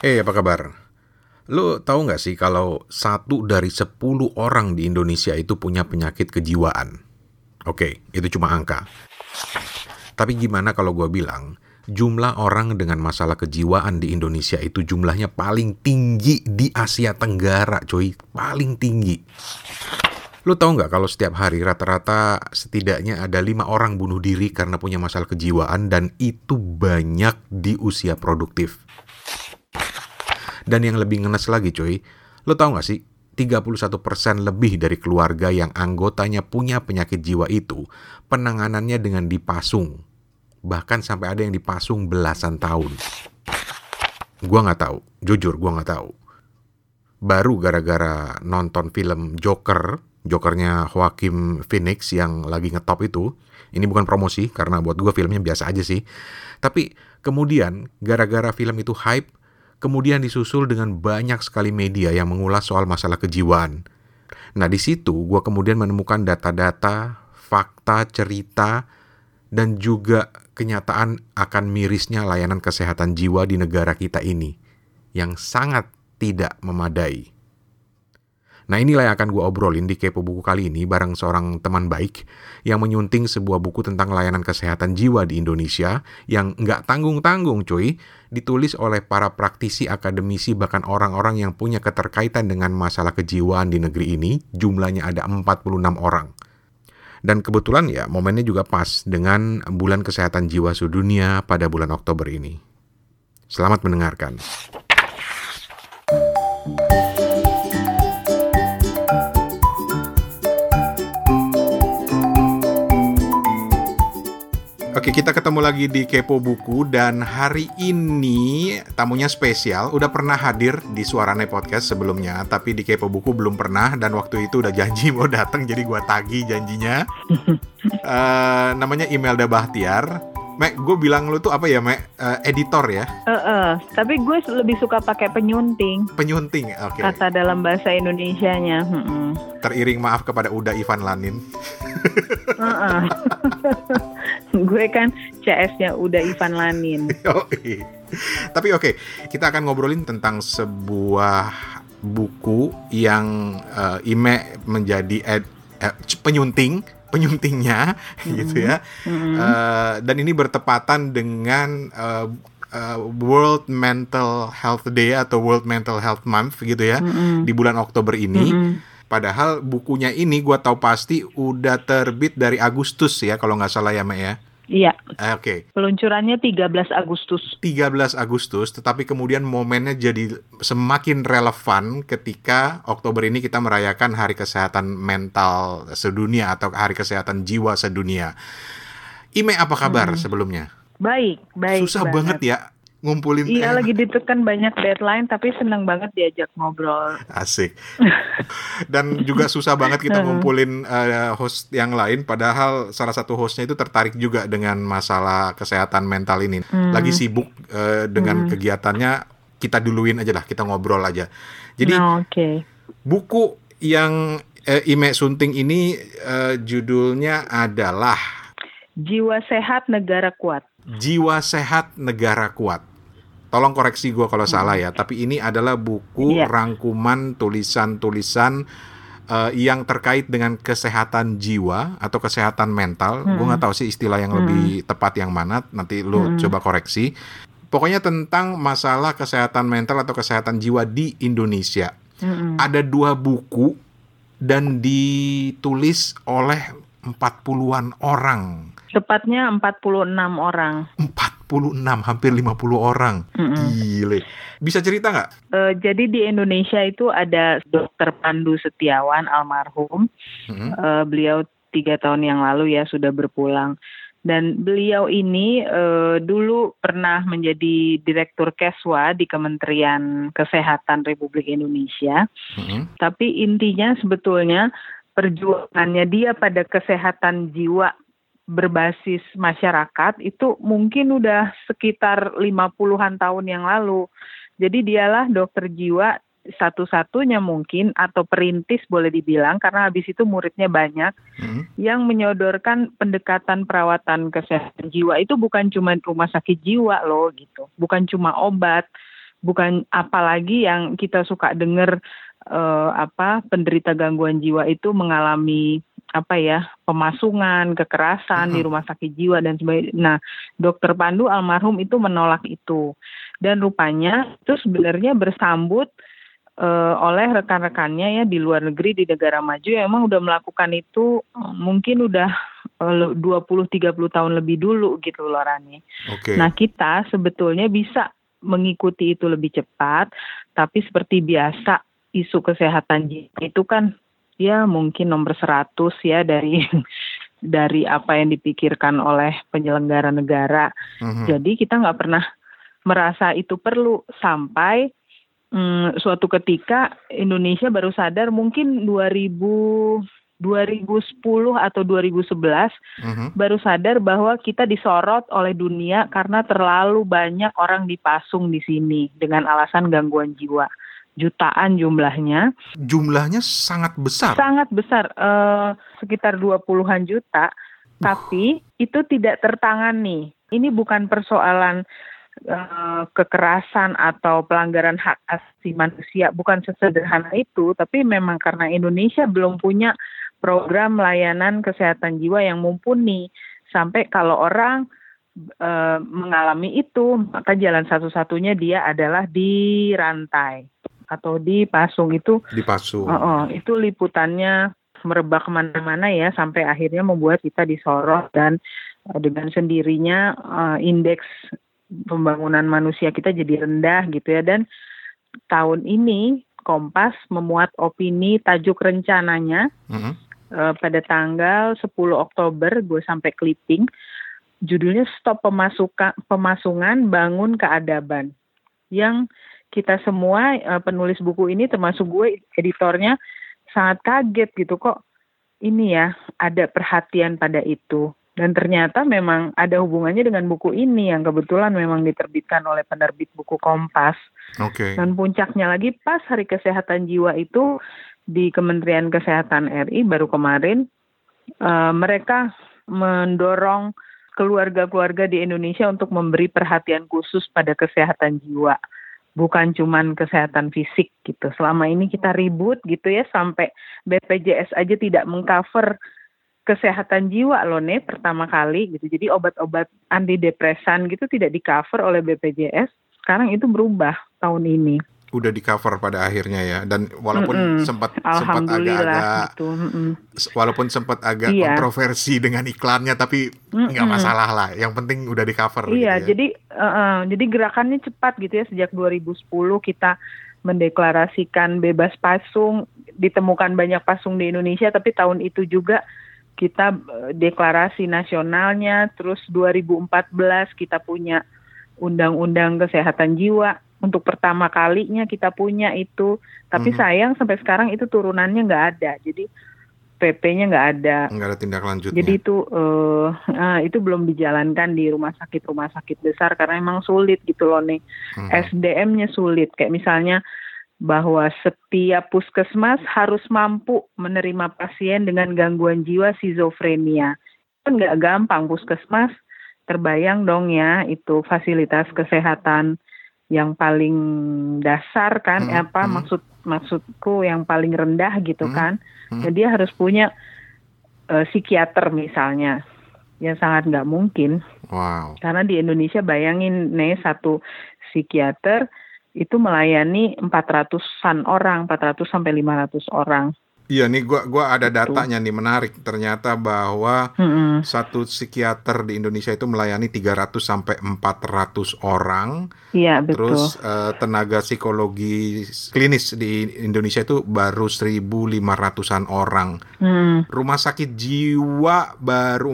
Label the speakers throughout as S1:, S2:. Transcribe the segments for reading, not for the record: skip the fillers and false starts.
S1: Apa kabar? Lu tahu nggak sih kalau 1 dari 10 orang di Indonesia itu punya penyakit kejiwaan? Oke, itu cuma angka. Tapi gimana kalau gua bilang, jumlah orang dengan masalah kejiwaan di Indonesia itu jumlahnya paling tinggi di Asia Tenggara, coy. Paling tinggi. Lu tahu nggak kalau setiap hari rata-rata setidaknya ada 5 orang bunuh diri karena punya masalah kejiwaan, dan itu banyak di usia produktif. Dan yang lebih ngenes lagi coy, lo tau gak sih, 31% lebih dari keluarga yang anggotanya punya penyakit jiwa itu, penanganannya dengan dipasung. Bahkan sampai ada yang dipasung belasan tahun. Gua gak tahu, jujur gua gak tahu. Baru gara-gara nonton film Jokernya Joaquin Phoenix yang lagi ngetop itu, ini bukan promosi karena buat gua filmnya biasa aja sih. Tapi kemudian gara-gara film itu hype, kemudian disusul dengan banyak sekali media yang mengulas soal masalah kejiwaan. Nah, di situ gue kemudian menemukan data-data, fakta, cerita, dan juga kenyataan akan mirisnya layanan kesehatan jiwa di negara kita ini, yang sangat tidak memadai. Nah, inilah yang akan gue obrolin di Kepo Buku kali ini bareng seorang teman baik yang menyunting sebuah buku tentang layanan kesehatan jiwa di Indonesia yang nggak tanggung-tanggung cuy, ditulis oleh para praktisi, akademisi, bahkan orang-orang yang punya keterkaitan dengan masalah kejiwaan di negeri ini. Jumlahnya ada 46 orang. Dan kebetulan ya momennya juga pas dengan bulan kesehatan jiwa sedunia pada bulan Oktober ini. Selamat mendengarkan. Oke, kita ketemu lagi di Kepo Buku dan hari ini tamunya spesial. Udah pernah hadir di Suarane Podcast sebelumnya, tapi di Kepo Buku belum pernah, dan waktu itu udah janji mau datang, jadi gua tagih janjinya. Namanya Imelda Bahtiar. Mek, gue bilang lu tuh apa ya, Mek? Editor ya?
S2: Tapi gue lebih suka pakai penyunting.
S1: Penyunting, oke.
S2: Kata dalam bahasa Indonesianya.
S1: Teriring maaf kepada Uda Ivan Lanin.
S2: Gue kan CS-nya Uda Ivan Lanin.
S1: Tapi oke, kita akan ngobrolin tentang sebuah buku yang Ime menjadi penyuntingnya gitu ya. Dan ini bertepatan dengan World Mental Health Day atau World Mental Health Month gitu ya, di bulan Oktober ini. Padahal bukunya ini gue tahu pasti udah terbit dari Agustus ya, kalau nggak salah ya, Mek ya?
S2: Iya.
S1: Oke.
S2: Peluncurannya 13 Agustus.
S1: 13 Agustus, tetapi kemudian momennya jadi semakin relevan ketika Oktober ini kita merayakan Hari Kesehatan Mental Sedunia atau Hari Kesehatan Jiwa Sedunia. Ime, apa kabar sebelumnya?
S2: Baik.
S1: Susah banget ya ngumpulin.
S2: Iya, lagi ditekan banyak deadline, tapi senang banget diajak ngobrol.
S1: Asik. Dan juga susah banget kita ngumpulin host yang lain, padahal salah satu hostnya itu tertarik juga dengan masalah kesehatan mental ini. Lagi sibuk dengan kegiatannya, kita duluin aja lah, kita ngobrol aja. Jadi buku yang Ime sunting ini judulnya adalah
S2: Jiwa Sehat Negara Kuat.
S1: Jiwa Sehat Negara Kuat. Tolong koreksi gue kalau salah ya, tapi ini adalah buku rangkuman tulisan-tulisan yang terkait dengan kesehatan jiwa atau kesehatan mental. Gue nggak tahu sih istilah yang lebih tepat yang mana, nanti lu coba koreksi. Pokoknya tentang masalah kesehatan mental atau kesehatan jiwa di Indonesia. Ada 2 buku dan ditulis oleh 40-an orang.
S2: Tepatnya 46 orang.
S1: 46, hampir 50 orang. Gile. Bisa cerita nggak?
S2: Jadi di Indonesia itu ada Dr. Pandu Setiawan, almarhum. Beliau 3 tahun yang lalu ya sudah berpulang. Dan beliau ini dulu pernah menjadi Direktur Keswa di Kementerian Kesehatan Republik Indonesia. Tapi intinya sebetulnya perjuangannya dia pada kesehatan jiwa berbasis masyarakat itu mungkin udah sekitar 50-an tahun yang lalu. Jadi dialah dokter jiwa satu-satunya mungkin atau perintis boleh dibilang, karena habis itu muridnya banyak, yang menyodorkan pendekatan perawatan kesehatan jiwa itu bukan cuma rumah sakit jiwa loh gitu, bukan cuma obat, bukan apalagi yang kita suka dengar penderita gangguan jiwa itu mengalami pemasungan, kekerasan di rumah sakit jiwa dan sebagainya. Nah, Dokter Pandu almarhum itu menolak itu. Dan rupanya itu sebenarnya bersambut oleh rekan-rekannya ya di luar negeri, di negara maju yang emang udah melakukan itu mungkin udah 20-30 tahun lebih dulu gitu loh Rani.
S1: Okay.
S2: Nah, kita sebetulnya bisa mengikuti itu lebih cepat, tapi seperti biasa isu kesehatan jiwa itu kan ya mungkin nomor 100 ya dari apa yang dipikirkan oleh penyelenggara negara. Jadi kita nggak pernah merasa itu perlu sampai suatu ketika Indonesia baru sadar mungkin 2010 atau 2011 baru sadar bahwa kita disorot oleh dunia karena terlalu banyak orang dipasung di sini dengan alasan gangguan jiwa. Jutaan jumlahnya.
S1: Jumlahnya sangat besar.
S2: Sangat besar, sekitar 20-an juta. Tapi itu tidak tertangani. Ini bukan persoalan kekerasan atau pelanggaran hak asasi manusia, bukan sesederhana itu, tapi memang karena Indonesia belum punya program layanan kesehatan jiwa yang mumpuni. Sampai kalau orang mengalami itu, maka jalan satu-satunya dia adalah dirantai atau dipasung.
S1: Dipasung.
S2: Itu liputannya merebak kemana-mana ya, sampai akhirnya membuat kita disorot dan dengan sendirinya indeks pembangunan manusia kita jadi rendah gitu ya. Dan tahun ini Kompas memuat opini tajuk rencananya pada tanggal 10 Oktober, gue sampai clipping, judulnya Stop Pemasungan Bangun Keadaban. Yang kita semua penulis buku ini termasuk gue editornya sangat kaget gitu, kok ini ya ada perhatian pada itu. Dan ternyata memang ada hubungannya dengan buku ini yang kebetulan memang diterbitkan oleh penerbit buku Kompas.
S1: Okay.
S2: Dan puncaknya lagi pas Hari Kesehatan Jiwa itu di Kementerian Kesehatan RI baru kemarin mereka mendorong keluarga-keluarga di Indonesia untuk memberi perhatian khusus pada kesehatan jiwa. Bukan cuman kesehatan fisik gitu. Selama ini kita ribut gitu ya, sampai BPJS aja tidak mengcover kesehatan jiwa loh nih pertama kali gitu. Jadi obat-obat antidepresan gitu tidak di-cover oleh BPJS. Sekarang itu berubah tahun ini.
S1: Udah di-cover pada akhirnya ya. Dan walaupun sempat agak-agak
S2: gitu.
S1: Walaupun sempat agak kontroversi dengan iklannya, tapi nggak masalah lah. Yang penting udah di-cover gitu ya.
S2: Jadi gerakannya cepat gitu ya. Sejak 2010 kita mendeklarasikan bebas pasung. Ditemukan banyak pasung di Indonesia, tapi tahun itu juga kita deklarasi nasionalnya. Terus 2014 kita punya Undang-Undang Kesehatan Jiwa. Untuk pertama kalinya kita punya itu, tapi sayang sampai sekarang itu turunannya nggak ada. Jadi PP-nya nggak ada.
S1: Nggak ada tindak lanjutnya.
S2: Jadi itu belum dijalankan di rumah sakit besar karena emang sulit gitu loh nih. SDM-nya sulit. Kayak misalnya bahwa setiap puskesmas harus mampu menerima pasien dengan gangguan jiwa skizofrenia. Kan nggak gampang puskesmas. Terbayang dong ya itu fasilitas kesehatan yang paling dasar kan, maksudku yang paling rendah gitu kan. Jadi dia harus punya psikiater misalnya, yang sangat nggak mungkin.
S1: Wow.
S2: Karena di Indonesia bayangin nih satu psikiater itu melayani 400-an orang, 400 sampai 500 orang.
S1: Iya nih, gua ada datanya nih menarik. Ternyata bahwa satu psikiater di Indonesia itu melayani 300 sampai 400 orang.
S2: Iya, betul.
S1: Terus tenaga psikologi klinis di Indonesia itu baru 1.500-an orang. Rumah sakit jiwa baru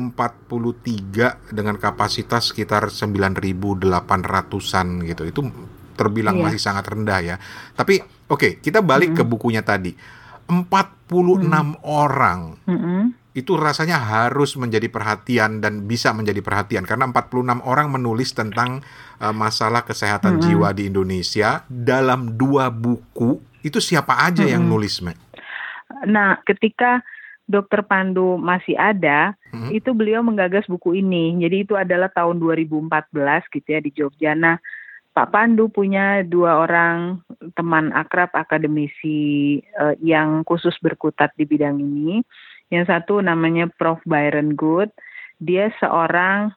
S1: 43 dengan kapasitas sekitar 9.800-an gitu. Itu terbilang masih sangat rendah ya. Tapi oke, kita balik ke bukunya tadi. 46 orang itu rasanya harus menjadi perhatian dan bisa menjadi perhatian karena 46 orang menulis tentang masalah kesehatan jiwa di Indonesia dalam 2 buku. Itu siapa aja yang nulis, Mek?
S2: Nah, ketika Dokter Pandu masih ada, itu beliau menggagas buku ini. Jadi itu adalah tahun 2014 gitu ya di Jogja. Nah, Pak Pandu punya 2 orang teman akrab akademisi yang khusus berkutat di bidang ini. Yang satu namanya Prof. Byron Good. Dia seorang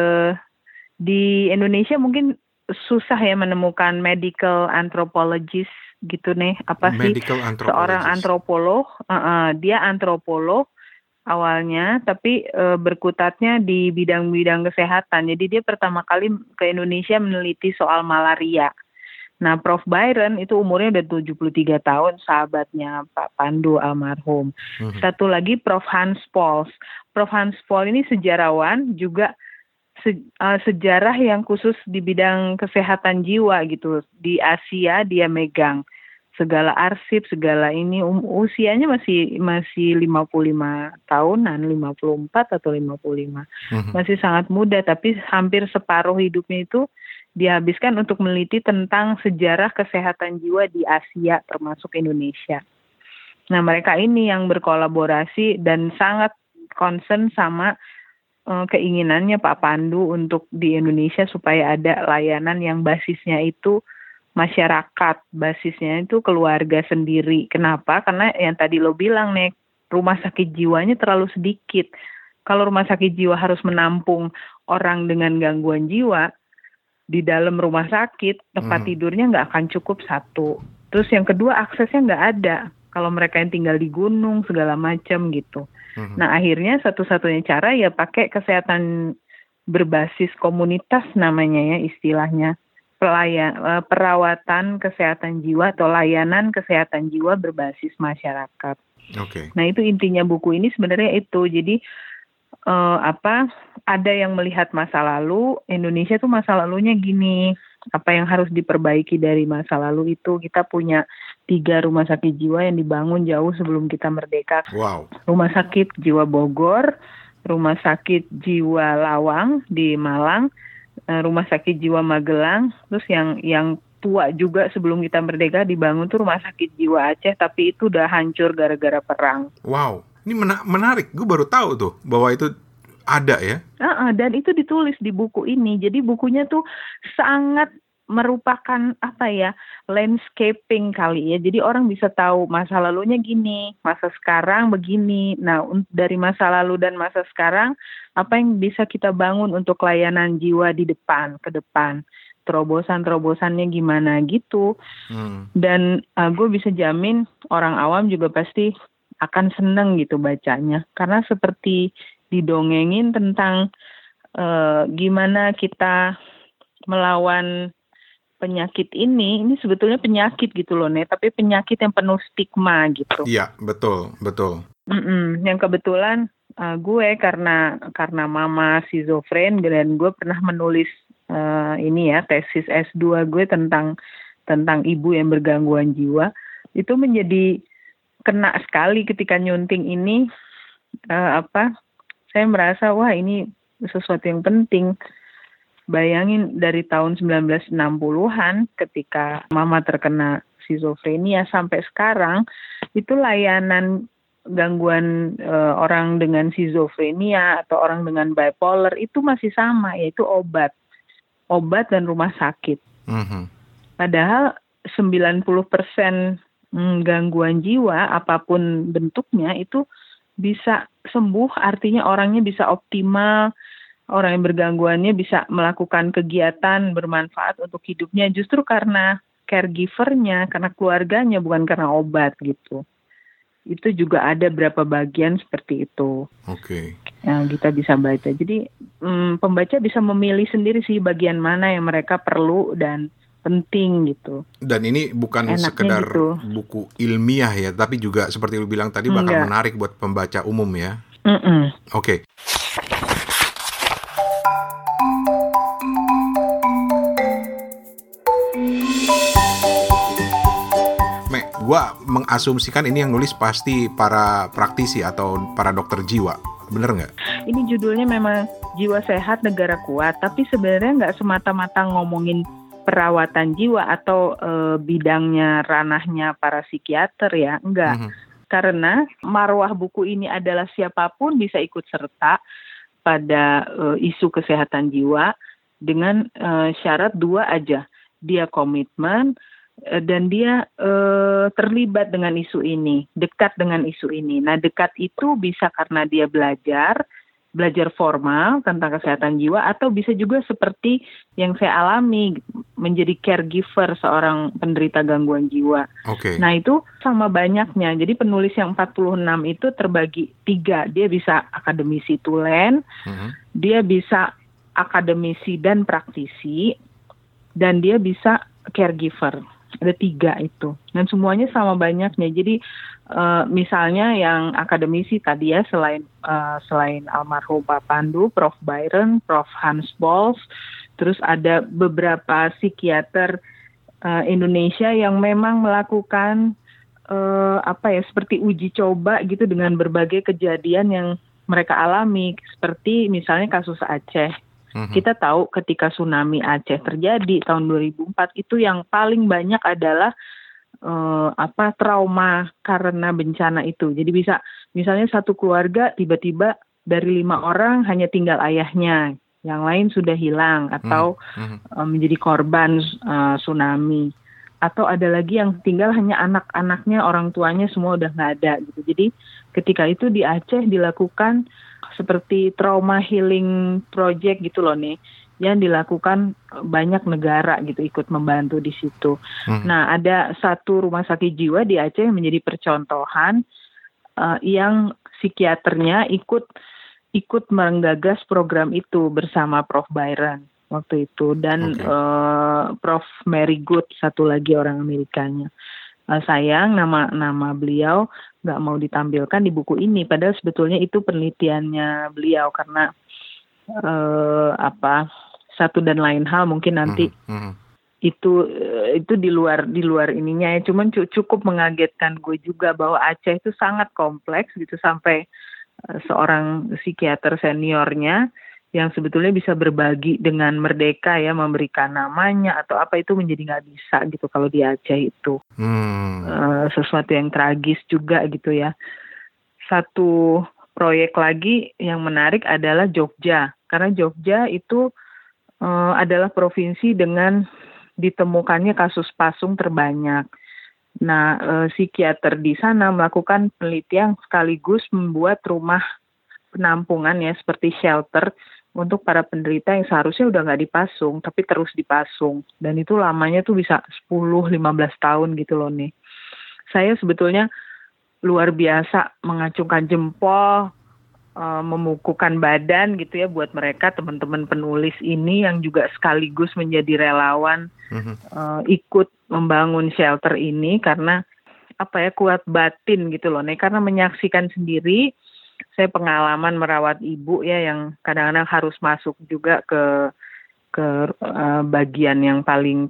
S2: di Indonesia mungkin susah ya menemukan medical anthropologist gitu nih. Apa sih?
S1: Medical
S2: Seorang
S1: anthropologist.
S2: antropolog. Dia antropolog awalnya, tapi berkutatnya di bidang-bidang kesehatan. Jadi dia pertama kali ke Indonesia meneliti soal malaria. Nah, Prof. Byron itu umurnya udah 73 tahun, sahabatnya Pak Pandu almarhum. Satu lagi Prof. Hans Pols. Prof. Hans Pols ini sejarawan, juga sejarah yang khusus di bidang kesehatan jiwa gitu. Di Asia dia megang segala arsip, segala ini, usianya masih 55 tahunan, 54 atau 55. Masih sangat muda, tapi hampir separuh hidupnya itu dihabiskan untuk meneliti tentang sejarah kesehatan jiwa di Asia, termasuk Indonesia. Nah, mereka ini yang berkolaborasi dan sangat concern sama keinginannya Pak Pandu untuk di Indonesia supaya ada layanan yang basisnya itu masyarakat, basisnya itu keluarga sendiri. Kenapa? Karena yang tadi lo bilang nih, rumah sakit jiwanya terlalu sedikit. Kalau rumah sakit jiwa harus menampung orang dengan gangguan jiwa, di dalam rumah sakit, tempat tidurnya nggak akan cukup satu. Terus yang kedua, aksesnya nggak ada. Kalau mereka yang tinggal di gunung, segala macam gitu. Nah, akhirnya satu-satunya cara ya pakai kesehatan berbasis komunitas namanya ya istilahnya. Perawatan kesehatan jiwa atau layanan kesehatan jiwa berbasis masyarakat.
S1: Okay.
S2: Nah, itu intinya buku ini sebenarnya itu. Jadi ada yang melihat masa lalu, Indonesia tuh masa lalunya gini, apa yang harus diperbaiki dari masa lalu itu. Kita punya 3 rumah sakit jiwa yang dibangun jauh sebelum kita merdeka.
S1: Wow.
S2: Rumah sakit jiwa Bogor, rumah sakit jiwa Lawang di Malang, rumah sakit jiwa Magelang, terus yang tua juga sebelum kita merdeka dibangun tuh rumah sakit jiwa Aceh, tapi itu udah hancur gara-gara perang.
S1: Wow, ini menarik. Gue baru tahu tuh bahwa itu ada ya.
S2: Dan itu ditulis di buku ini. Jadi bukunya tuh sangat merupakan landscaping kali ya. Jadi orang bisa tahu masa lalunya gini, masa sekarang begini. Nah, dari masa lalu dan masa sekarang apa yang bisa kita bangun untuk layanan jiwa di depan, ke depan. Terobosan-terobosannya gimana gitu. Dan gue bisa jamin orang awam juga pasti akan seneng gitu bacanya. Karena seperti didongengin tentang gimana kita melawan penyakit ini sebetulnya penyakit gitu loh, tapi penyakit yang penuh stigma gitu.
S1: Iya, betul.
S2: Yang kebetulan gue karena mama schizofren dan gue pernah menulis tesis S2 gue tentang ibu yang bergangguan jiwa. Itu menjadi kena sekali ketika nyunting ini. Saya merasa wah ini sesuatu yang penting. Bayangin dari tahun 1960-an ketika mama terkena skizofrenia sampai sekarang, itu layanan gangguan orang dengan skizofrenia atau orang dengan bipolar itu masih sama, yaitu obat dan rumah sakit. Padahal 90% gangguan jiwa apapun bentuknya itu bisa sembuh, artinya orangnya bisa optimal. Orang yang bergangguannya bisa melakukan kegiatan bermanfaat untuk hidupnya justru karena caregivernya, karena keluarganya, bukan karena obat gitu. Itu juga ada beberapa bagian seperti itu.
S1: Oke.
S2: Yang kita bisa baca. Jadi pembaca bisa memilih sendiri sih bagian mana yang mereka perlu dan penting gitu.
S1: Dan ini bukan
S2: enaknya
S1: sekedar
S2: gitu.
S1: Buku ilmiah ya, tapi juga seperti lu bilang tadi bakal menarik buat pembaca umum ya. Oke. Gua mengasumsikan ini yang nulis pasti para praktisi atau para dokter jiwa, bener nggak?
S2: Ini judulnya memang Jiwa Sehat Negara Kuat, tapi sebenarnya nggak semata-mata ngomongin perawatan jiwa atau bidangnya, ranahnya para psikiater ya, enggak. Karena marwah buku ini adalah siapapun bisa ikut serta pada isu kesehatan jiwa dengan syarat 2 aja. dia komitmen, dan dia terlibat dengan isu ini, dekat dengan isu ini. Nah, dekat itu bisa karena dia belajar formal tentang kesehatan jiwa, atau bisa juga seperti yang saya alami, menjadi caregiver seorang penderita gangguan jiwa.
S1: Oke.
S2: Nah, itu sama banyaknya. Jadi penulis yang 46 itu terbagi 3. Dia bisa akademisi tulen, dia bisa akademisi dan praktisi, dan dia bisa caregiver. Ada 3 itu. Dan semuanya sama banyaknya. Jadi misalnya yang akademisi tadi ya, selain almarhum Pak Pandu, Prof. Byron, Prof. Hans Bols, terus ada beberapa psikiater Indonesia yang memang melakukan seperti uji coba gitu dengan berbagai kejadian yang mereka alami, seperti misalnya kasus Aceh. Kita tahu ketika tsunami Aceh terjadi tahun 2004, itu yang paling banyak adalah trauma karena bencana itu. Jadi bisa misalnya satu keluarga tiba-tiba dari 5 orang hanya tinggal ayahnya, yang lain sudah hilang atau menjadi korban tsunami. Atau ada lagi yang tinggal hanya anak-anaknya, orang tuanya semua udah nggak ada gitu. Jadi ketika itu di Aceh dilakukan seperti trauma healing project gitu loh nih, yang dilakukan banyak negara gitu ikut membantu di situ. Nah, ada satu rumah sakit jiwa di Aceh yang menjadi percontohan yang psikiaternya ikut menggagas program itu bersama Prof. Byron waktu itu, dan Prof. Mary Good, satu lagi orang Amerikanya. Sayang nama beliau nggak mau ditampilkan di buku ini, padahal sebetulnya itu penelitiannya beliau, karena satu dan lain hal mungkin nanti itu di luar ininya ya. Cuman cukup mengagetkan gue juga bahwa Aceh itu sangat kompleks gitu, sampai seorang psikiater seniornya yang sebetulnya bisa berbagi dengan merdeka ya, memberikan namanya atau apa, itu menjadi nggak bisa gitu kalau di Aceh itu. Sesuatu yang tragis juga gitu ya. Satu proyek lagi yang menarik adalah Jogja, karena Jogja itu adalah provinsi dengan ditemukannya kasus pasung terbanyak. Nah, psikiater di sana melakukan penelitian sekaligus membuat rumah penampungan ya, seperti shelter untuk para penderita yang seharusnya udah nggak dipasung, tapi terus dipasung. Dan itu lamanya tuh bisa 10-15 tahun gitu loh nih. Saya sebetulnya luar biasa mengacungkan jempol, memukukan badan gitu ya buat mereka, teman-teman penulis ini yang juga sekaligus menjadi relawan ikut membangun shelter ini, karena kuat batin gitu loh nih, karena menyaksikan sendiri. Saya pengalaman merawat ibu ya, yang kadang-kadang harus masuk juga ke bagian yang paling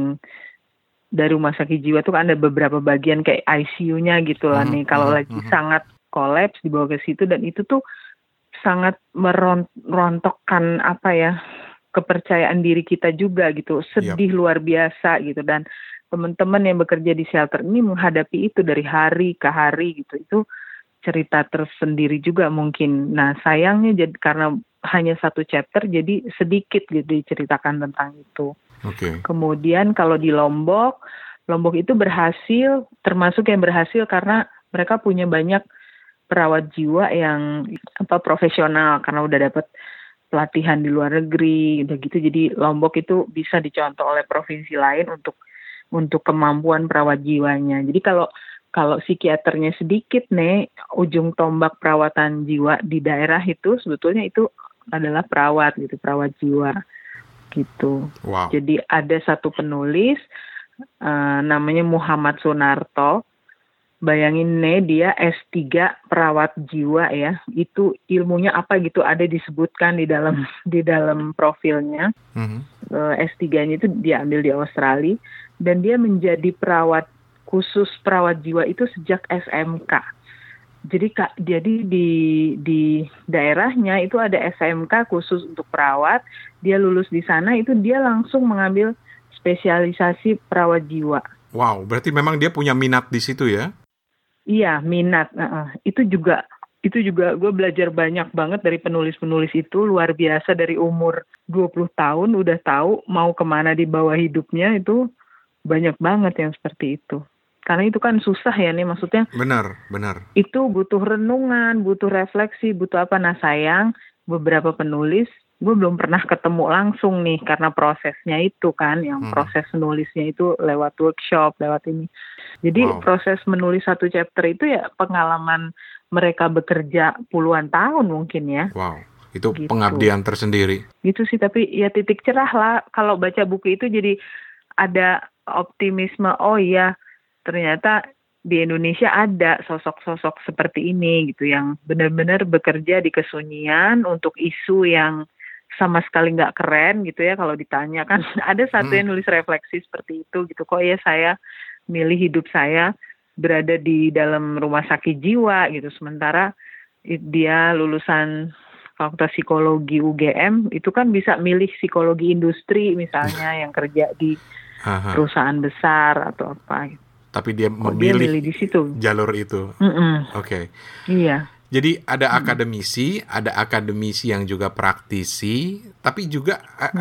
S2: dari rumah sakit jiwa tuh kan ada beberapa bagian kayak ICU-nya gitu lah nih. Kalau lagi sangat kolaps dibawa ke situ, dan itu tuh sangat merontokkan kepercayaan diri kita juga gitu. Sedih luar biasa gitu, dan teman-teman yang bekerja di shelter ini menghadapi itu dari hari ke hari gitu. Itu cerita tersendiri juga mungkin. Nah, sayangnya karena hanya satu chapter, jadi sedikit gitu diceritakan tentang itu. Kemudian kalau di Lombok itu berhasil, termasuk yang berhasil karena mereka punya banyak perawat jiwa yang profesional, karena udah dapat pelatihan di luar negeri, udah gitu. Jadi Lombok itu bisa dicontoh oleh provinsi lain untuk kemampuan perawat jiwanya. Jadi kalau psikiaternya sedikit nih, ujung tombak perawatan jiwa di daerah itu sebetulnya itu adalah perawat jiwa gitu. Wow. Jadi ada satu penulis namanya Muhammad Sunarto. Bayangin nih, dia S3 perawat jiwa ya. Itu ilmunya apa gitu ada disebutkan di dalam profilnya. S3-nya itu dia ambil di Australia, dan dia menjadi khusus perawat jiwa itu sejak SMK. Jadi di daerahnya itu ada SMK khusus untuk perawat. Dia lulus di sana, itu dia langsung mengambil spesialisasi perawat jiwa.
S1: Wow, berarti memang dia punya minat di situ ya?
S2: Iya, minat. Itu juga Itu juga gue belajar banyak banget dari penulis-penulis itu, luar biasa. Dari umur 20 tahun udah tahu mau kemana di bawah hidupnya, itu banyak banget yang seperti itu. Karena itu kan susah ya nih, maksudnya
S1: Benar.
S2: itu butuh renungan, butuh refleksi, butuh apa. Nah sayang, beberapa penulis gue belum pernah ketemu langsung nih, karena prosesnya itu kan, yang proses menulisnya itu lewat workshop, lewat ini. Jadi proses menulis satu chapter itu ya pengalaman mereka bekerja puluhan tahun mungkin ya.
S1: Wow, itu
S2: gitu.
S1: Pengabdian tersendiri.
S2: Gitu sih, tapi ya titik cerah lah. Kalau baca buku itu jadi ada optimisme, oh iya ternyata di Indonesia ada sosok-sosok seperti ini gitu, yang benar-benar bekerja di kesunyian untuk isu yang sama sekali nggak keren gitu ya. Kalau ditanya kan ada satu yang nulis refleksi seperti itu gitu, kok ya saya milih hidup saya berada di dalam rumah sakit jiwa gitu, sementara dia lulusan Fakultas Psikologi UGM, itu kan bisa milih psikologi industri misalnya yang kerja di perusahaan besar atau apa gitu.
S1: Tapi dia memilih
S2: dia di situ
S1: jalur itu. Oke.
S2: Iya.
S1: Jadi ada akademisi yang juga praktisi, tapi juga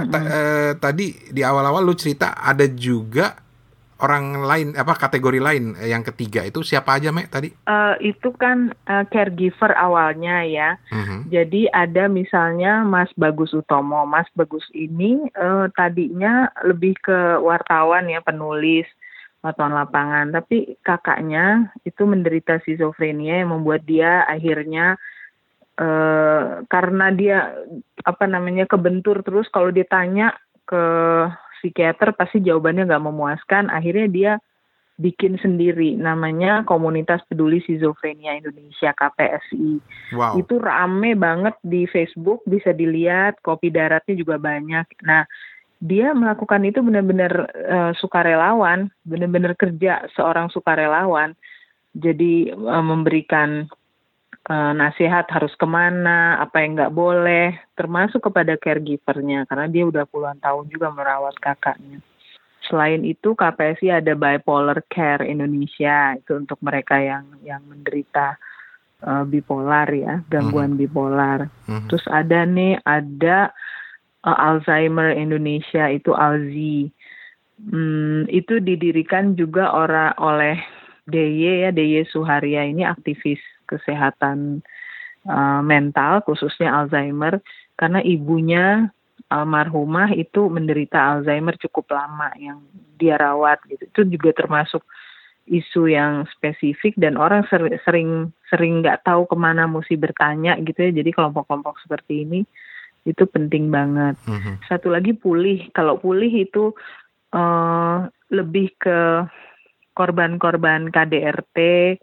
S1: tadi di awal-awal lu cerita ada juga orang lain, kategori lain. Yang ketiga itu siapa aja, Mek, tadi?
S2: Itu kan caregiver awalnya ya. Jadi ada misalnya Mas Bagus Utomo. Mas Bagus ini tadinya lebih ke wartawan ya, penulis, wartawan lapangan. Tapi kakaknya itu menderita skizofrenia yang membuat dia akhirnya karena dia kebentur terus, kalau ditanya ke psikiater pasti jawabannya nggak memuaskan. Akhirnya dia bikin sendiri, namanya Komunitas Peduli Skizofrenia Indonesia, KPSI.
S1: Wow.
S2: Itu rame banget di Facebook, bisa dilihat, kopi daratnya juga banyak. Nah, dia melakukan itu benar-benar sukarelawan, benar-benar kerja seorang sukarelawan. Jadi memberikan nasihat harus kemana, apa yang nggak boleh, termasuk kepada caregivernya, karena dia udah puluhan tahun juga merawat kakaknya. Selain itu KPSI ada Bipolar Care Indonesia, itu untuk mereka yang menderita bipolar ya, gangguan bipolar. Terus ada Alzheimer Indonesia, itu ALZI. Itu didirikan juga oleh DY Suharya, ini aktivis kesehatan mental khususnya Alzheimer, karena ibunya almarhumah itu menderita Alzheimer cukup lama yang dia rawat gitu. Itu juga termasuk isu yang spesifik dan orang sering nggak tahu kemana mesti bertanya gitu ya. Jadi kelompok-kelompok seperti ini itu penting banget. Satu lagi pulih. Kalau pulih itu lebih ke korban-korban KDRT,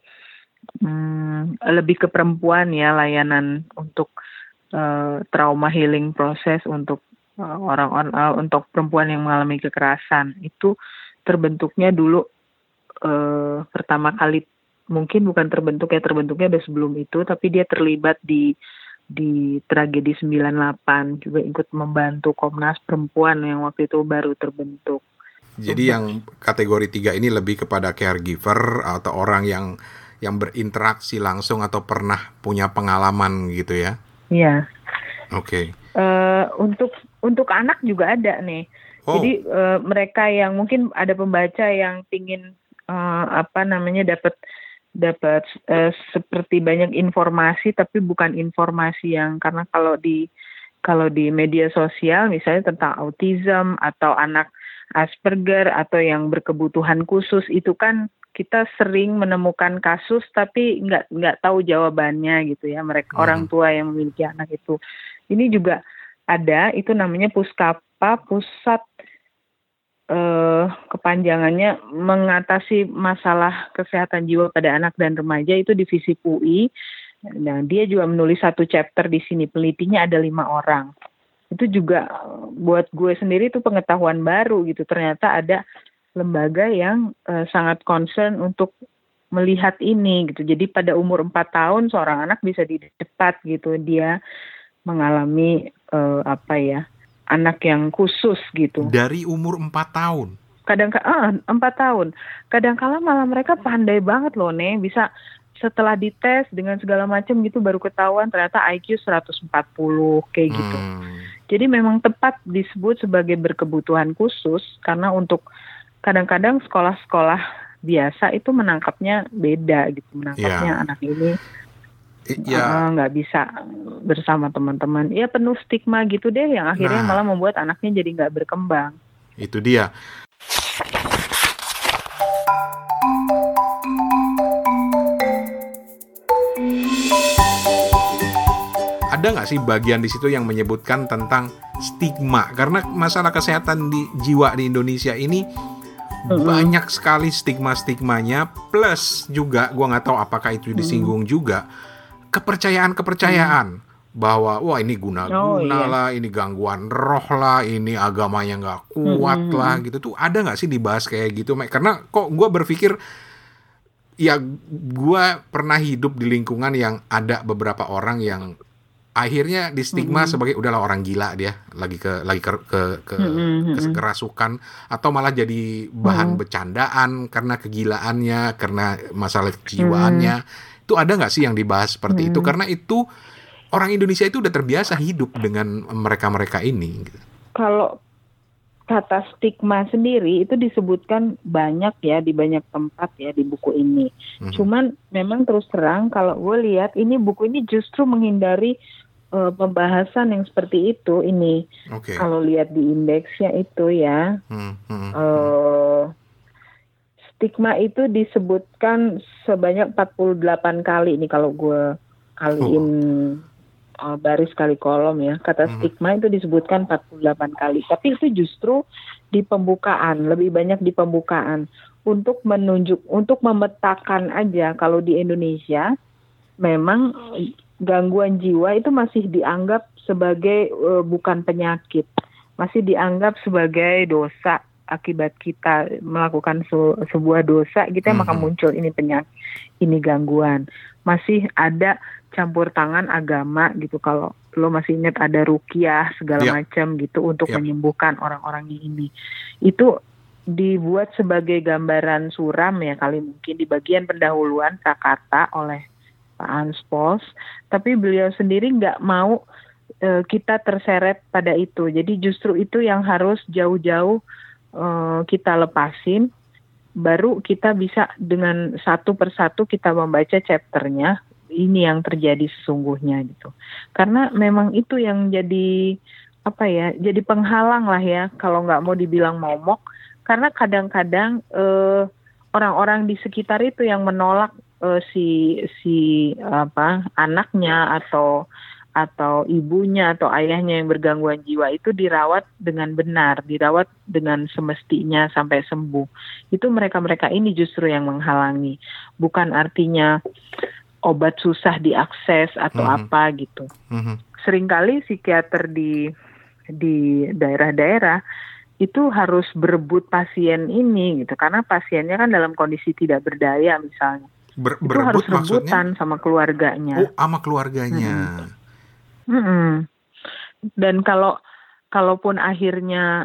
S2: lebih ke perempuan ya, layanan untuk trauma healing proses untuk orang-orang, untuk perempuan yang mengalami kekerasan. Itu terbentuknya dulu pertama kali, mungkin bukan terbentuknya udah sebelum itu, tapi dia terlibat di tragedi 98, juga ikut membantu Komnas Perempuan yang waktu itu baru terbentuk.
S1: Jadi yang kategori 3 ini lebih kepada caregiver atau orang yang berinteraksi langsung atau pernah punya pengalaman gitu ya?
S2: Iya.
S1: Oke.
S2: Untuk anak juga ada nih. Jadi mereka yang mungkin ada pembaca yang pingin dapat seperti banyak informasi, tapi bukan informasi yang, karena kalau di media sosial misalnya tentang autism atau anak Asperger atau yang berkebutuhan khusus, itu kan kita sering menemukan kasus tapi nggak tahu jawabannya gitu ya, mereka orang tua yang memiliki anak itu. Ini juga ada, itu namanya Puskapa, Pusat kepanjangannya mengatasi masalah kesehatan jiwa pada anak dan remaja, itu divisi UI. Nah, dia juga menulis satu chapter di sini, pelitinya ada 5 orang. Itu juga buat gue sendiri itu pengetahuan baru gitu. Ternyata ada lembaga yang sangat concern untuk melihat ini gitu. Jadi pada umur 4 tahun seorang anak bisa dicepat gitu, dia mengalami anak yang khusus gitu.
S1: Dari umur 4 tahun?
S2: 4 tahun. Kadang-kala malah mereka pandai banget loh, bisa setelah dites dengan segala macam gitu baru ketahuan ternyata IQ 140 kayak gitu. Jadi memang tepat disebut sebagai berkebutuhan khusus karena untuk kadang-kadang sekolah-sekolah biasa itu menangkapnya beda gitu, menangkapnya anak ini nggak bisa bersama teman-teman. Ya penuh stigma gitu deh yang akhirnya malah membuat anaknya jadi nggak berkembang.
S1: Itu dia. Ada nggak sih bagian di situ yang menyebutkan tentang stigma? Karena masalah kesehatan jiwa di Indonesia ini banyak sekali stigma-stigmanya. Plus juga, gue nggak tahu apakah itu disinggung juga, kepercayaan bahwa wah ini guna-guna lah, ini gangguan roh lah, ini agamanya nggak kuat lah gitu. Tuh ada nggak sih dibahas kayak gitu? Karena kok gue berpikir, ya gue pernah hidup di lingkungan yang ada beberapa orang yang akhirnya di stigma sebagai udahlah orang gila dia, lagi kerasukan, atau malah jadi bahan bercandaan karena kegilaannya, karena masalah kejiwaannya. Itu ada nggak sih yang dibahas seperti itu? Karena itu orang Indonesia itu udah terbiasa hidup dengan mereka-mereka ini.
S2: Kalau kata stigma sendiri itu disebutkan banyak ya di banyak tempat ya di buku ini. Cuman memang terus terang kalau gue lihat ini buku ini justru menghindari pembahasan yang seperti itu ini. Kalau lihat di indeksnya itu ya, stigma itu disebutkan sebanyak 48 kali ini kalau gue kaliin baris kali kolom ya. Kata stigma itu disebutkan 48 kali. Tapi itu justru di pembukaan, lebih banyak di pembukaan untuk memetakan aja kalau di Indonesia memang gangguan jiwa itu masih dianggap sebagai bukan penyakit, masih dianggap sebagai dosa akibat kita melakukan sebuah dosa, kita maka muncul ini penyakit, ini gangguan. Masih ada campur tangan agama gitu. Kalau lo masih ingat ada ruqyah segala macam gitu untuk menyembuhkan orang-orang ini. Itu dibuat sebagai gambaran suram ya kali mungkin di bagian pendahuluan kata oleh Pak Hans Pols, tapi beliau sendiri nggak mau kita terseret pada itu. Jadi justru itu yang harus jauh-jauh kita lepasin, baru kita bisa dengan satu persatu kita membaca chapternya, ini yang terjadi sesungguhnya gitu. Karena memang itu yang jadi jadi penghalang lah ya, kalau nggak mau dibilang momok, karena kadang-kadang orang-orang di sekitar itu yang menolak anaknya atau ibunya atau ayahnya yang bergangguan jiwa itu dirawat dengan benar, dirawat dengan semestinya sampai sembuh. Itu mereka-mereka ini justru yang menghalangi. Bukan artinya obat susah diakses atau apa gitu. Seringkali psikiater di daerah-daerah itu harus berebut pasien ini gitu, karena pasiennya kan dalam kondisi tidak berdaya misalnya. Itu harus rebutan sama keluarganya.
S1: Oh, sama keluarganya.
S2: Dan kalaupun akhirnya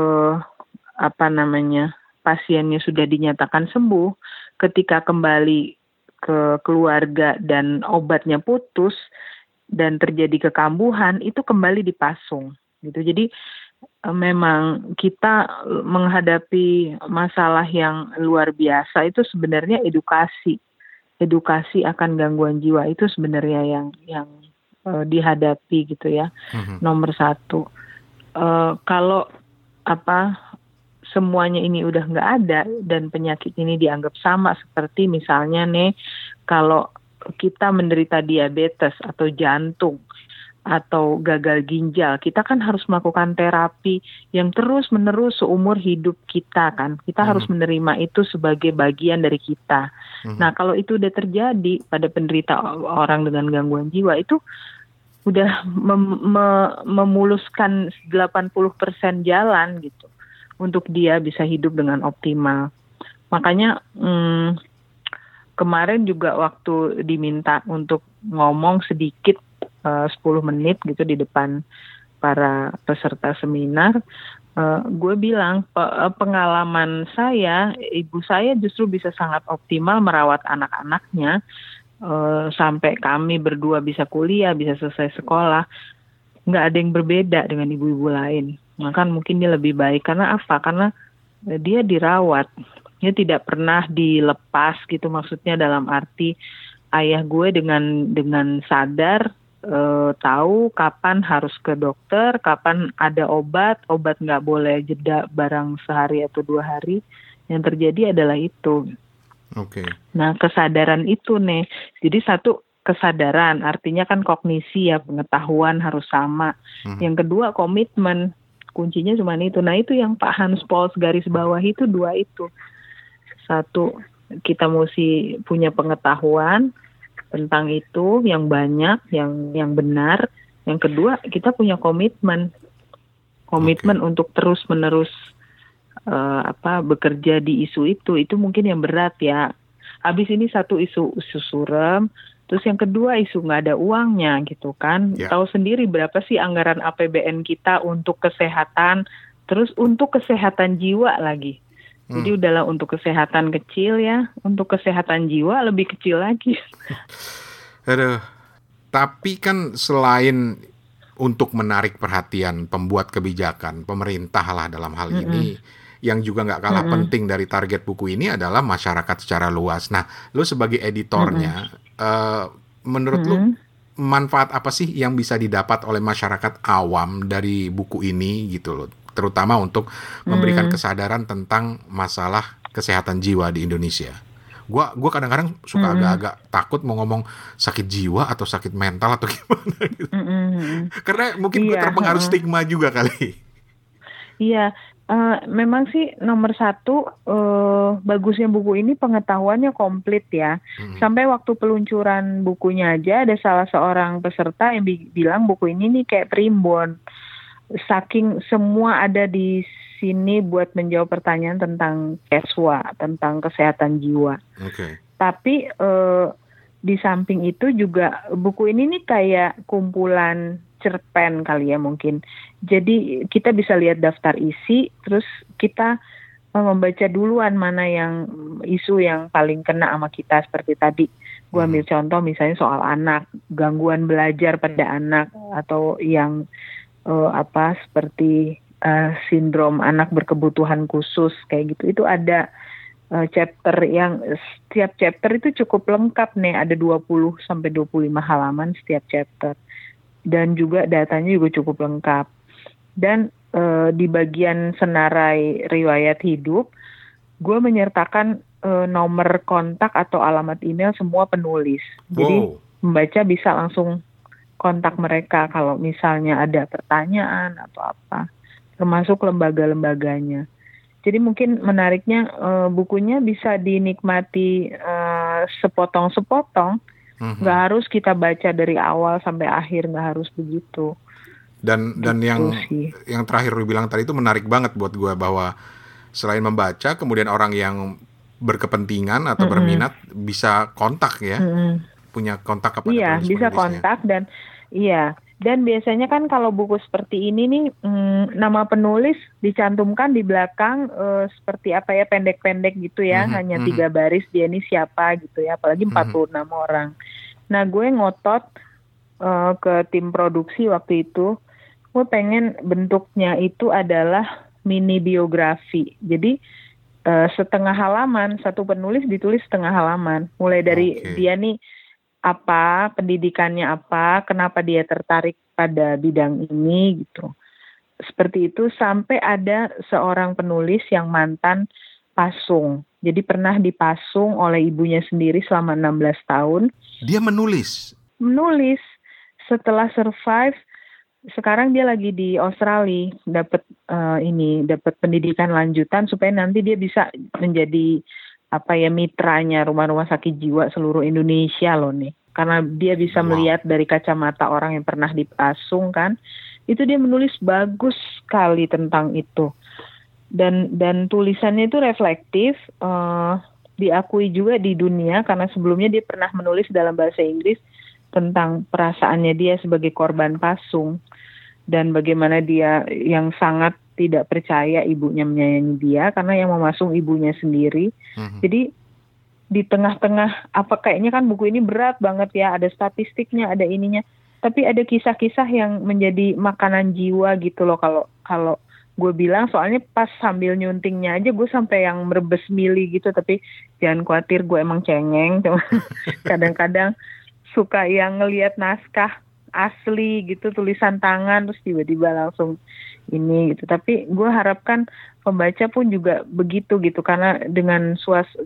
S2: pasiennya sudah dinyatakan sembuh, ketika kembali ke keluarga dan obatnya putus dan terjadi kekambuhan, itu kembali dipasung gitu. Jadi memang kita menghadapi masalah yang luar biasa itu sebenarnya edukasi akan gangguan jiwa itu sebenarnya yang dihadapi gitu ya. Nomor satu, kalau semuanya ini udah nggak ada dan penyakit ini dianggap sama seperti misalnya nih kalau kita menderita diabetes atau jantung atau gagal ginjal, kita kan harus melakukan terapi yang terus-menerus seumur hidup kita kan. Kita harus menerima itu sebagai bagian dari kita. Nah, kalau itu udah terjadi pada penderita orang dengan gangguan jiwa, itu udah memuluskan 80% jalan gitu untuk dia bisa hidup dengan optimal. Makanya kemarin juga waktu diminta untuk ngomong sedikit 10 menit gitu di depan para peserta seminar, Gue bilang pengalaman saya, ibu saya justru bisa sangat optimal merawat anak-anaknya sampai kami berdua bisa kuliah, bisa selesai sekolah. Nggak ada yang berbeda dengan ibu-ibu lain. Maka mungkin dia lebih baik. Karena apa? Karena dia dirawat. Dia tidak pernah dilepas gitu, maksudnya dalam arti ayah gue dengan sadar tahu kapan harus ke dokter, kapan ada obat nggak boleh jeda barang sehari atau 2 hari. Yang terjadi adalah itu.
S1: Oke.
S2: Nah, kesadaran itu nih. Jadi satu, kesadaran artinya kan kognisi ya, pengetahuan harus sama. Yang kedua, komitmen. Kuncinya cuma itu. Nah, itu yang Pak Hans Pols garis bawah itu, 2 itu. Satu, kita mesti punya pengetahuan tentang itu yang banyak, yang benar. Yang kedua, kita punya komitmen untuk terus-menerus bekerja di isu itu mungkin yang berat ya. Habis ini satu isu suram, terus yang kedua isu nggak ada uangnya gitu kan.
S1: Yeah.
S2: Tahu sendiri berapa sih anggaran APBN kita untuk kesehatan, terus untuk kesehatan jiwa lagi. Jadi udahlah untuk kesehatan kecil ya, untuk kesehatan jiwa lebih kecil lagi.
S1: Aduh, tapi kan selain untuk menarik perhatian pembuat kebijakan, pemerintah lah dalam hal ini, yang juga nggak kalah penting dari target buku ini adalah masyarakat secara luas. Nah, lu sebagai editornya, menurut lu manfaat apa sih yang bisa didapat oleh masyarakat awam dari buku ini gitu loh? Terutama untuk memberikan kesadaran tentang masalah kesehatan jiwa di Indonesia. Gua kadang-kadang suka agak-agak takut mau ngomong sakit jiwa atau sakit mental atau gimana gitu. Karena mungkin gue terpengaruh stigma juga kali.
S2: Iya, memang sih nomor 1 bagusnya buku ini pengetahuannya komplit ya. Sampai waktu peluncuran bukunya aja ada salah seorang peserta yang bilang buku ini nih kayak primbon. Saking semua ada di sini buat menjawab pertanyaan tentang keswa, tentang kesehatan jiwa.
S1: Okay.
S2: Tapi di samping itu juga buku ini nih kayak kumpulan cerpen kali ya mungkin. Jadi kita bisa lihat daftar isi, terus kita membaca duluan mana yang isu yang paling kena sama kita seperti tadi. Gue ambil contoh misalnya soal anak, gangguan belajar pada anak, atau yang seperti sindrom anak berkebutuhan khusus kayak gitu. Itu ada chapter yang setiap chapter itu cukup lengkap nih, ada 20 sampai 25 halaman setiap chapter. Dan juga datanya juga cukup lengkap. Dan di bagian senarai riwayat hidup, gue menyertakan nomor kontak atau alamat email semua penulis. Jadi membaca bisa langsung kontak mereka kalau misalnya ada pertanyaan atau apa, termasuk lembaga-lembaganya. Jadi mungkin menariknya bukunya bisa dinikmati sepotong-sepotong, nggak harus kita baca dari awal sampai akhir, nggak harus begitu.
S1: Dan yang terakhir lu bilang tadi itu menarik banget buat gue, bahwa selain membaca, kemudian orang yang berkepentingan atau berminat bisa kontak ya. Punya kontak kepada penulis-penulisnya.
S2: Bisa kontak dan biasanya kan kalau buku seperti ini nih nama penulis dicantumkan di belakang seperti apa ya, pendek-pendek gitu ya, hanya 3 baris dia ini siapa gitu ya, apalagi 46 orang. Nah, gue ngotot ke tim produksi waktu itu, gue pengen bentuknya itu adalah mini biografi. Jadi setengah halaman, satu penulis ditulis setengah halaman, mulai dari dia nih apa, pendidikannya apa, kenapa dia tertarik pada bidang ini gitu. Seperti itu, sampai ada seorang penulis yang mantan pasung. Jadi pernah dipasung oleh ibunya sendiri selama 16 tahun.
S1: Dia menulis?
S2: Menulis. Setelah survive, sekarang dia lagi di Australia, dapat pendidikan lanjutan supaya nanti dia bisa menjadi mitranya rumah-rumah sakit jiwa seluruh Indonesia loh nih. Karena dia bisa melihat dari kacamata orang yang pernah dipasung kan. Itu dia menulis bagus sekali tentang itu. Dan tulisannya itu reflektif, diakui juga di dunia karena sebelumnya dia pernah menulis dalam bahasa Inggris tentang perasaannya dia sebagai korban pasung. Dan bagaimana dia yang sangat tidak percaya ibunya menyayangi dia karena yang memasung ibunya sendiri. Jadi di tengah-tengah kayaknya kan buku ini berat banget ya, ada statistiknya, ada ininya, tapi ada kisah-kisah yang menjadi makanan jiwa gitu loh kalau gue bilang. Soalnya pas sambil nyuntingnya aja gue sampai yang merebes mili gitu, tapi jangan khawatir, gue emang cengeng. Cuma kadang-kadang suka yang ngelihat naskah asli gitu, tulisan tangan, terus tiba-tiba langsung ini gitu. Tapi gue harapkan pembaca pun juga begitu gitu, karena dengan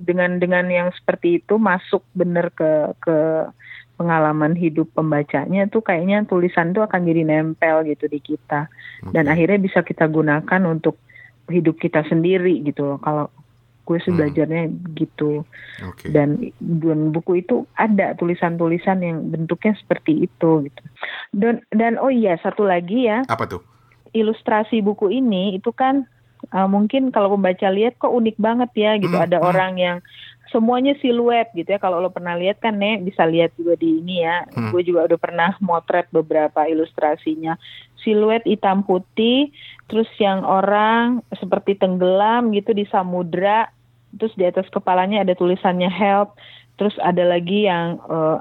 S2: yang seperti itu masuk bener ke pengalaman hidup pembacanya tuh, kayaknya tulisan tuh akan jadi nempel gitu di kita. Dan akhirnya bisa kita gunakan untuk hidup kita sendiri gitu loh. Kalau gue sih belajarnya gitu. Dan buku itu ada tulisan-tulisan yang bentuknya seperti itu gitu. Dan oh iya, satu lagi ya.
S1: Apa tuh?
S2: Ilustrasi buku ini itu kan mungkin kalau pembaca lihat kok unik banget ya gitu. Ada orang yang semuanya siluet gitu ya. Kalau lo pernah lihat kan, Nek, bisa lihat juga di ini ya. Gue juga udah pernah motret beberapa ilustrasinya. Siluet hitam putih, terus yang orang seperti tenggelam gitu di samudra. Terus di atas kepalanya ada tulisannya help. Terus ada lagi yang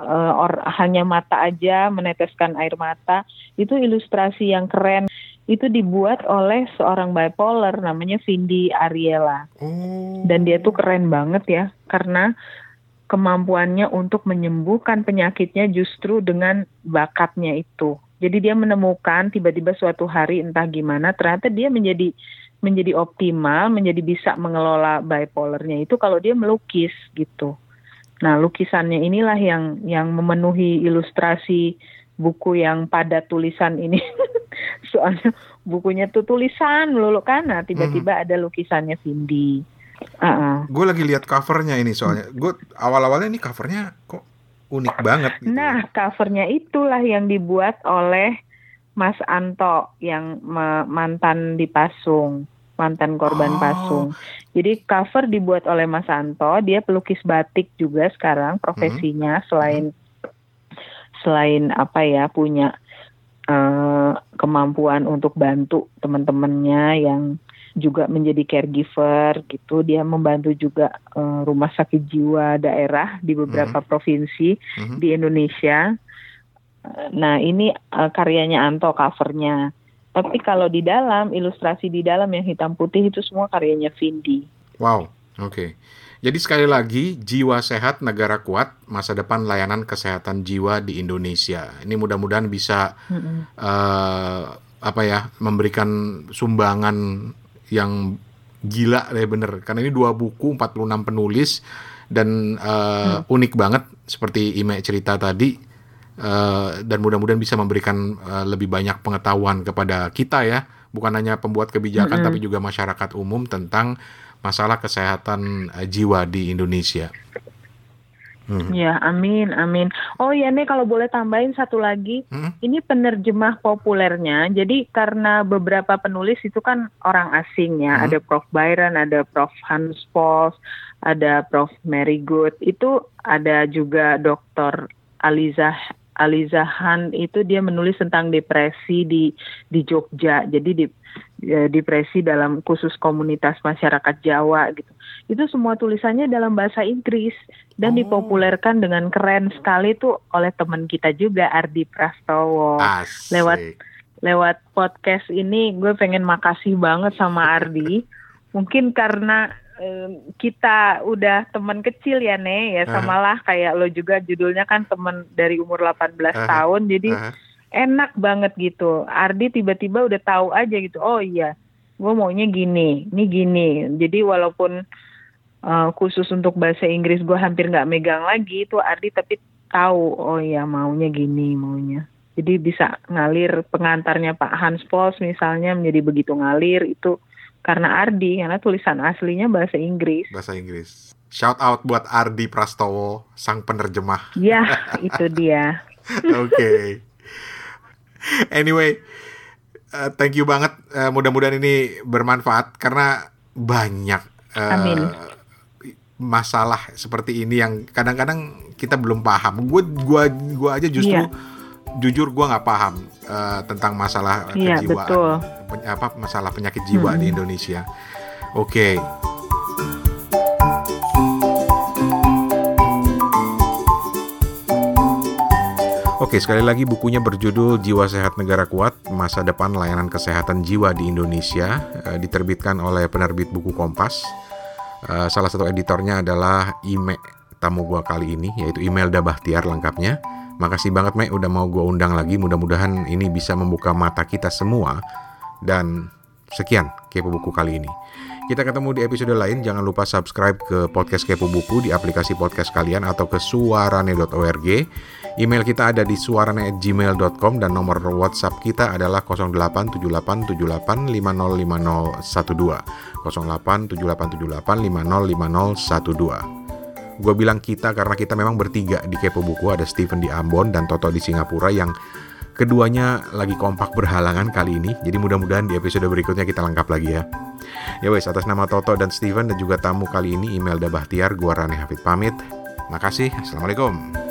S2: hanya mata aja, meneteskan air mata. Itu ilustrasi yang keren. Itu dibuat oleh seorang bipolar namanya Vindi Ariela. Dan dia tuh keren banget ya, karena kemampuannya untuk menyembuhkan penyakitnya justru dengan bakatnya itu. Jadi dia menemukan tiba-tiba suatu hari entah gimana, ternyata dia menjadi optimal, menjadi bisa mengelola bipolarnya itu kalau dia melukis gitu. Nah, lukisannya inilah yang memenuhi ilustrasi buku yang padat tulisan ini. Soalnya bukunya tuh tulisan melulu kan, nah tiba-tiba ada lukisannya Vindi.
S1: Gue lagi lihat covernya ini, soalnya gue awal-awalnya ini covernya kok unik banget gitu.
S2: Nah, covernya itulah yang dibuat oleh Mas Anto yang mantan di Pasung, mantan korban Pasung. Jadi cover dibuat oleh Mas Anto, dia pelukis batik juga sekarang profesinya, selain punya kemampuan untuk bantu teman-temannya yang juga menjadi caregiver gitu. Dia membantu juga rumah sakit jiwa daerah di beberapa provinsi di Indonesia. Nah, ini karyanya Anto covernya. Tapi kalau di dalam, ilustrasi di dalam yang hitam putih itu semua karyanya Vindi.
S1: Wow, oke. Jadi sekali lagi, jiwa sehat, negara kuat, masa depan layanan kesehatan jiwa di Indonesia. Ini mudah-mudahan bisa memberikan sumbangan yang gila deh bener. Karena ini 2 buku, 46 penulis, dan unik banget seperti Ime cerita tadi. Dan mudah-mudahan bisa memberikan lebih banyak pengetahuan kepada kita ya, bukan hanya pembuat kebijakan tapi juga masyarakat umum tentang masalah kesehatan jiwa di Indonesia.
S2: Ya, amin. Oh ya, Nek, kalau boleh tambahin satu lagi, ini penerjemah populernya. Jadi karena beberapa penulis itu kan orang asing ya, ada Prof. Byron, ada Prof. Hans Pols, ada Prof. Mary Good, itu ada juga Dr. Aliza Han, itu dia menulis tentang depresi di Jogja. Jadi depresi dalam khusus komunitas masyarakat Jawa gitu. Itu semua tulisannya dalam bahasa Inggris dan dipopulerkan dengan keren sekali tuh oleh teman kita juga, Ardi Prastowo. Lewat podcast ini gue pengen makasih banget sama Ardi. Mungkin karena kita udah teman kecil ya, Ne, ya samalah kayak lo juga, judulnya kan teman dari umur 18 tahun, jadi enak banget gitu. Ardi tiba-tiba udah tahu aja gitu, oh iya gue maunya gini, ini gini. Jadi walaupun khusus untuk bahasa Inggris gue hampir gak megang lagi itu Ardi, tapi tahu oh iya maunya gini maunya. Jadi bisa ngalir, pengantarnya Pak Hans Pols misalnya menjadi begitu ngalir, itu karena Ardi, karena tulisan aslinya bahasa Inggris.
S1: Bahasa Inggris. Shout out buat Ardi Prastowo, sang penerjemah.
S2: Ya, itu dia.
S1: Oke. Anyway, thank you banget. Mudah-mudahan ini bermanfaat karena banyak masalah seperti ini yang kadang-kadang kita belum paham. Gue aja justru jujur gue nggak paham tentang masalah kejiwaan,
S2: betul.
S1: Masalah penyakit jiwa di Indonesia. Oke. Oke, sekali lagi bukunya berjudul Jiwa Sehat Negara Kuat, Masa Depan Layanan Kesehatan Jiwa di Indonesia, diterbitkan oleh penerbit buku Kompas. Salah satu editornya adalah Ime, tamu gua kali ini, yaitu Imelda Bahtiar lengkapnya. Makasih banget Me udah mau gua undang lagi, mudah-mudahan ini bisa membuka mata kita semua. Dan sekian Kepo Buku kali ini. Kita ketemu di episode lain. Jangan lupa subscribe ke podcast Kepo Buku di aplikasi podcast kalian atau ke suarane.org. Email kita ada di suarane@gmail.com dan nomor WhatsApp kita adalah 087878505012. 087878505012. Gue bilang kita karena kita memang bertiga di Kepo Buku. Ada Steven di Ambon dan Toto di Singapura yang keduanya lagi kompak berhalangan kali ini. Jadi mudah-mudahan di episode berikutnya kita lengkap lagi ya. Ya wes, atas nama Toto dan Steven dan juga tamu kali ini Imelda Bahtiar, gua Rane Hafid pamit. Makasih. Assalamualaikum.